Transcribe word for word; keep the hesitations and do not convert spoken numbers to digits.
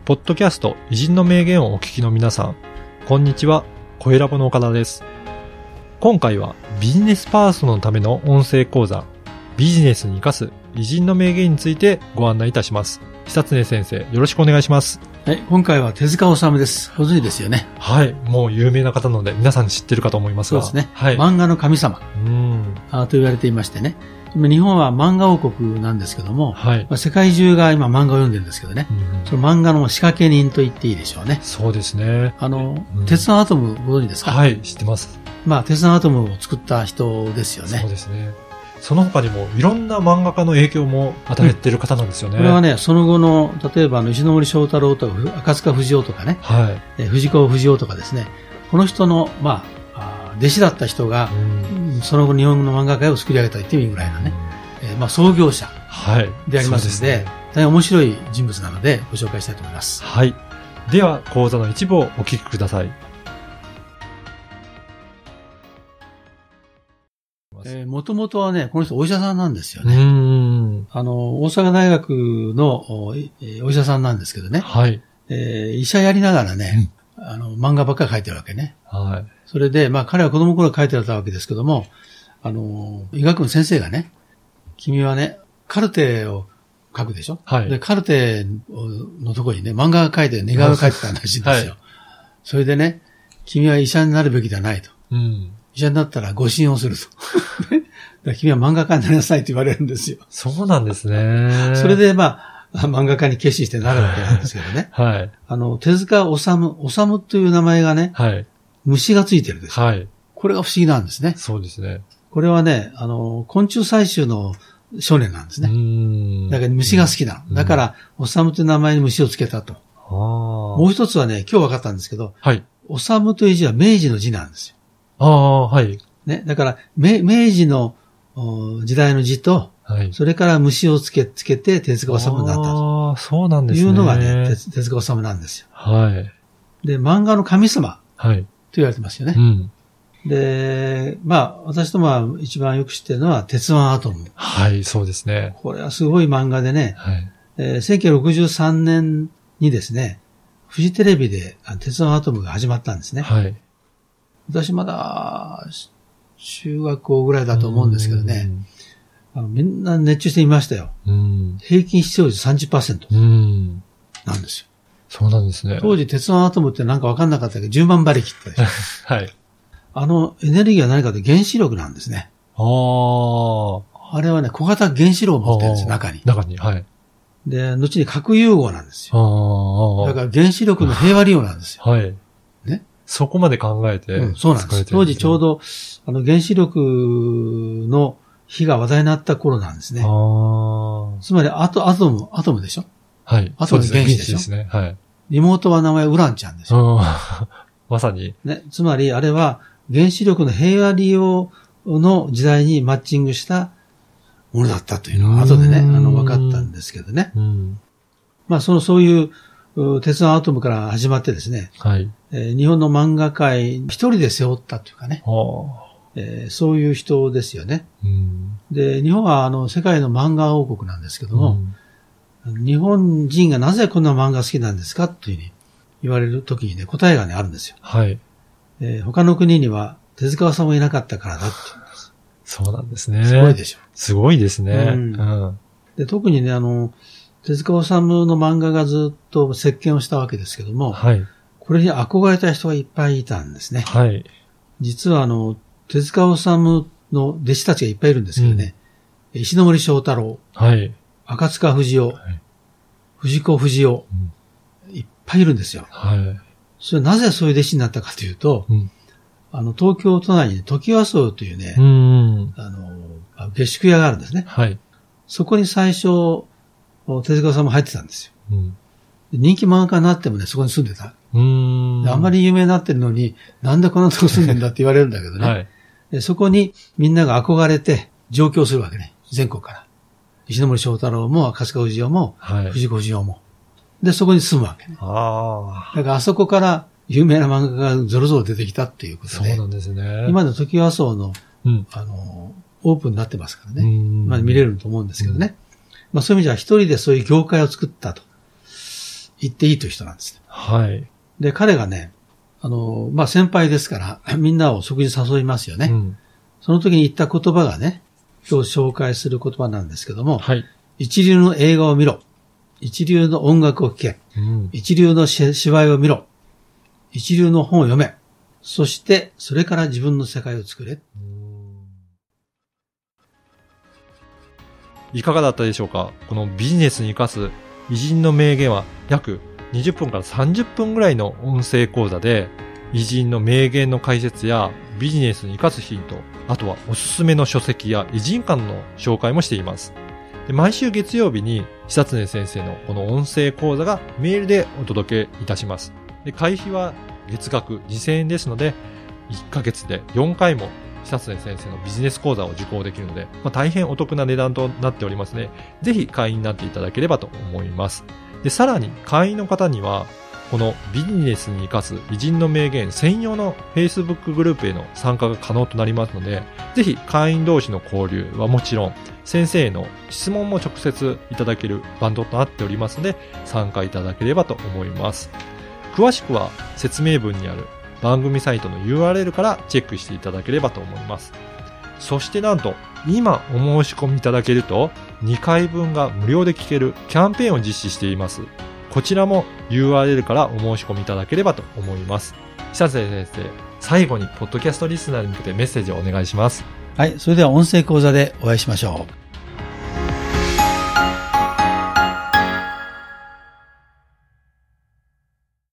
ポッドキャスト偉人の名言をお聞きの皆さん、こんにちは、声ラボの岡田です。今回はビジネスパーソンのための音声講座、ビジネスに生かす偉人の名言についてご案内いたします。久常先生、よろしくお願いします。 はい、今回は手塚治虫です。ご存知ですよね。 はい、もう有名な方なので皆さん知ってるかと思いますが。 そうですね。 はい、 漫画の神様うんあと言われていましてね。日本は漫画王国なんですけども、 はいまあ、世界中が今漫画を読んでるんですけどね、うん、その漫画の仕掛け人と言っていいでしょうね。 そうですね。 あの、うん、鉄腕アトムご存知ですか？ はい、知ってます。 まあ、鉄腕アトムを作った人ですよね。 そうですね。その他にもいろんな漫画家の影響も与えている方なんですよね。 うん、これはね、その後の、例えばあの石森章太郎とか赤塚不二夫とかね、はい、え藤子不二雄とかですね、この人の、まあ、弟子だった人が、うん、その後日本の漫画界を作り上げたと言ってもいいぐらいなね、うんえーまあ、創業者でありますので、はい、大変面白い人物なのでご紹介したいと思います。 はい。では、講座の一部をお聞きください。 えー、もともとはね、この人お医者さんなんですよね。うんあの、大阪大学の お,、えー、お医者さんなんですけどね。はい。えー、医者やりながらね、うん、あの、漫画ばっかり描いてるわけね。はい。それで、まあ彼は子供の頃描いてたわけですけども、あの、医学部の先生がね、君はね、カルテを書くでしょ？はい。で、カルテのところにね、漫画が書いて、寝顔が書いてたらしいんですよ。はい。それでね、君は医者になるべきではないと。うん。医者になったら誤診をすると。だ君は漫画家になりなさいと言われるんですよ。 そうなんですね。 それで、まあ、漫画家に決心してなるわけなんですけどね。はい。あの、手塚治虫、治虫という名前がね、はい。虫がついてるでしょ。はい。これが不思議なんですね。 そうですね。 これはね、あの、昆虫採集の少年なんですね。うん。だから虫が好きなの。だから、治虫という名前に虫をつけたと。あもう一つはね、今日分かったんですけど、はい。治虫という字は明治の字なんですよ。 ああ、はい。 ね、だから、明治の時代の字と、はい、それから虫をつけ、つけて手塚治虫になったと。 ああ、そうなんですね。 いうのがね、手、手塚治虫なんですよ。 はい。 で、漫画の神様。はい。と言われてますよね。うん。で、まあ、私どもは一番よく知ってるのは、鉄腕アトム。 はい、そうですね。 これはすごい漫画でね、はい。えー、せんきゅうひゃくろくじゅうさんねんにですね、フジテレビで鉄腕アトムが始まったんですね。はい。私まだ、中学校ぐらいだと思うんですけどね。あのみんな熱中していましたよ。うん、平均視聴率 さんじゅっパーセント なんですよ。 そうなんですね。 当時鉄腕アトムってなんかわかんなかったけどじゅうまん馬力ってでしょ。はい。あのエネルギーは何かというと原子力なんですね。ああ。あれはね、小型原子炉を持ってるんですよ、中に。 中に、はい。 で、後に核融合なんですよ。あだから原子力の平和利用なんですよ。はい。ね。 そこまで考えて、 うん。そうなんです。当時ちょうど、あの原子力の火が話題になった頃なんですね。あつまり、アト、アトム、アトムでしょ？はい。アトムの原子でしょ？そうですね。はい。妹は名前ウランちゃんですよ。 まさに。 ね。つまり、あれは原子力の平和利用の時代にマッチングしたものだったというのが後でね、あの、分かったんですけどね。うん。まあ、その、そういう、鉄腕アトムから始まってですね。はい。えー、日本の漫画界一人で背負ったというかね。えー、そういう人ですよね。うん、で、日本はあの世界の漫画王国なんですけども、うん、日本人がなぜこんな漫画好きなんですかというふうに言われるときにね、答えがね、あるんですよ。はい。えー、他の国には手塚治虫いなかったからだって言うんです。 そうなんですね。 すごいでしょ。 すごいですね。うんうん、で特にね、あの、手塚治虫の漫画がずっと席巻をしたわけですけども、はい。これに憧れた人がいっぱいいたんですね。はい。実はあの、手塚治虫の弟子たちがいっぱいいるんですけどね。うん、石森章太郎。はい。赤塚不二夫。はい、藤子不二雄、うん。いっぱいいるんですよ。はい。それなぜそういう弟子になったかというと、うん、あの、東京都内にトキワ荘というね、うん、あの、下宿屋があるんですね。はい。そこに最初、手塚さんも入ってたんですよ。うん、人気漫画家になってもね、そこに住んでた。うーんあんまり有名になってるのに、なんでこんなとこ住んでんだって言われるんだけどね。はい、でそこにみんなが憧れて上京するわけね。全国から。石森章太郎も赤塚不二夫も、はい、藤子不二雄も。で、そこに住むわけね。あだからあそこから有名な漫画がゾロゾロ出てきたっていうことで。 そうなんですね。 今のトキワ荘の、うん、あの、オープンになってますからね。まあ見れると思うんですけどね。うんまあそういう意味じゃ一人でそういう業界を作ったと言っていいという人なんですね。 はい。 で、彼がね、あの、まあ、先輩ですから、みんなを食事誘いますよね。うん、その時に言った言葉がね、今日紹介する言葉なんですけども、はい、一流の映画を見ろ。一流の音楽を聴け。うん、一流の芝居を見ろ。一流の本を読め。そして、それから自分の世界を作れ。 いかがだったでしょうか？このビジネスに生かす偉人の名言は約にじゅっぷんからさんじゅっぷんぐらいの音声講座で、偉人の名言の解説やビジネスに生かすヒント、あとはおすすめの書籍や偉人館の紹介もしています。で、毎週月曜日に久常先生のこの音声講座がメールでお届けいたします。で、会費は月額にせんえんですので、いっかげつでよんかいも久常先生のビジネス講座を受講できるので、まあ、大変お得な値段となっておりますね。ぜひ会員になっていただければと思います。で、さらに会員の方には、このビジネスに生かす偉人の名言専用の Facebook グループへの参加が可能となりますので、ぜひ会員同士の交流はもちろん、先生への質問も直接いただけるバンドとなっておりますので、参加いただければと思います。詳しくは説明文にある番組サイトの ユーアールエル からチェックしていただければと思います。そしてなんと、今お申し込みいただけるとにかいぶんが無料で聞けるキャンペーンを実施しています。こちらも ユーアールエル からお申し込みいただければと思います。久常先生、最後にポッドキャストリスナーに向けてメッセージをお願いします。 はい、それでは音声講座でお会いしましょう。